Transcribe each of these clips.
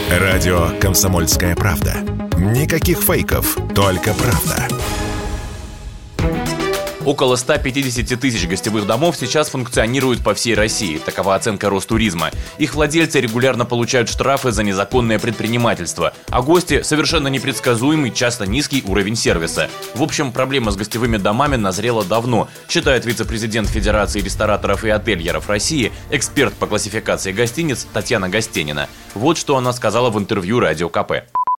Радио «Комсомольская правда». Никаких фейков, только правда. Около 150 тысяч гостевых домов сейчас функционируют по всей России. Такова оценка Ростуризма. Их владельцы регулярно получают штрафы за незаконное предпринимательство, а гости – совершенно непредсказуемый, часто низкий уровень сервиса. В общем, проблема с гостевыми домами назрела давно, считает вице-президент Федерации рестораторов и отельеров России, эксперт по классификации гостиниц Татьяна Гостенина. Вот что она сказала в интервью Радио КП.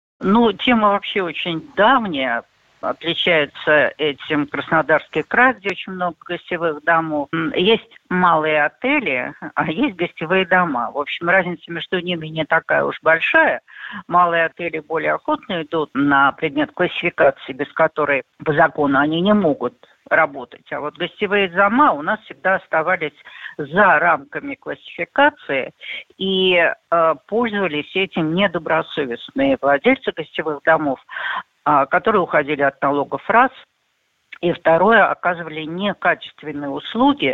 Тема вообще очень давняя. Отличается этим Краснодарский край, где очень много гостевых домов. Есть малые отели, а есть гостевые дома. В общем, разница между ними не такая уж большая. Малые отели более охотно идут на предмет классификации, без которой по закону они не могут работать. А вот гостевые дома у нас всегда оставались за рамками классификации и пользовались этим недобросовестные владельцы гостевых домов, которые уходили от налогов раз, и второе, оказывали некачественные услуги,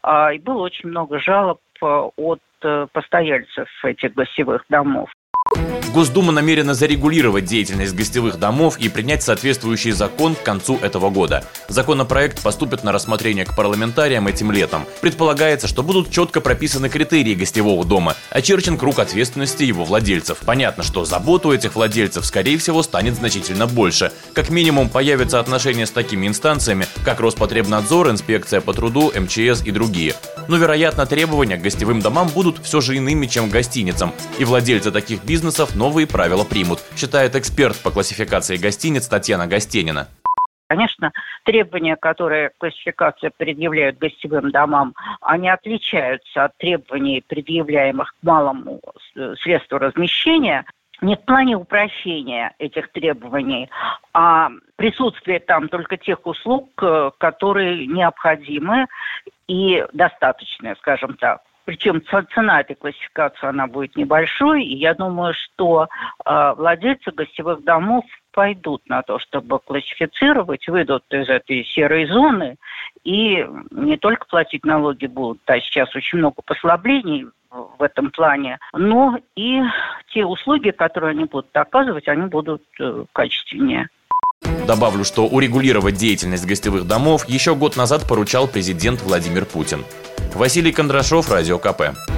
и было очень много жалоб от постояльцев этих гостевых домов. Госдума намерена зарегулировать деятельность гостевых домов и принять соответствующий закон к концу этого года. Законопроект поступит на рассмотрение к парламентариям этим летом. Предполагается, что будут четко прописаны критерии гостевого дома, очерчен круг ответственности его владельцев. Понятно, что забот у этих владельцев, скорее всего, станет значительно больше. Как минимум, появятся отношения с такими инстанциями, как Роспотребнадзор, Инспекция по труду, МЧС и другие. Но, вероятно, требования к гостевым домам будут все же иными, чем к гостиницам, и владельцы таких бизнесов новые правила примут, считает эксперт по классификации гостиниц Татьяна Гостенина. Конечно, требования, которые классификация предъявляют гостевым домам, они отличаются от требований, предъявляемых к малому средству размещения, не в плане упрощения этих требований, а присутствие там только тех услуг, которые необходимы и достаточные, скажем так. Причем цена этой классификации, она будет небольшой, и я думаю, что владельцы гостевых домов пойдут на то, чтобы классифицировать, выйдут из этой серой зоны и не только платить налоги будут, а сейчас очень много послаблений в этом плане, но и те услуги, которые они будут оказывать, они будут качественнее. Добавлю, что урегулировать деятельность гостевых домов еще год назад поручал президент Владимир Путин. Василий Кондрашов, Радио КП.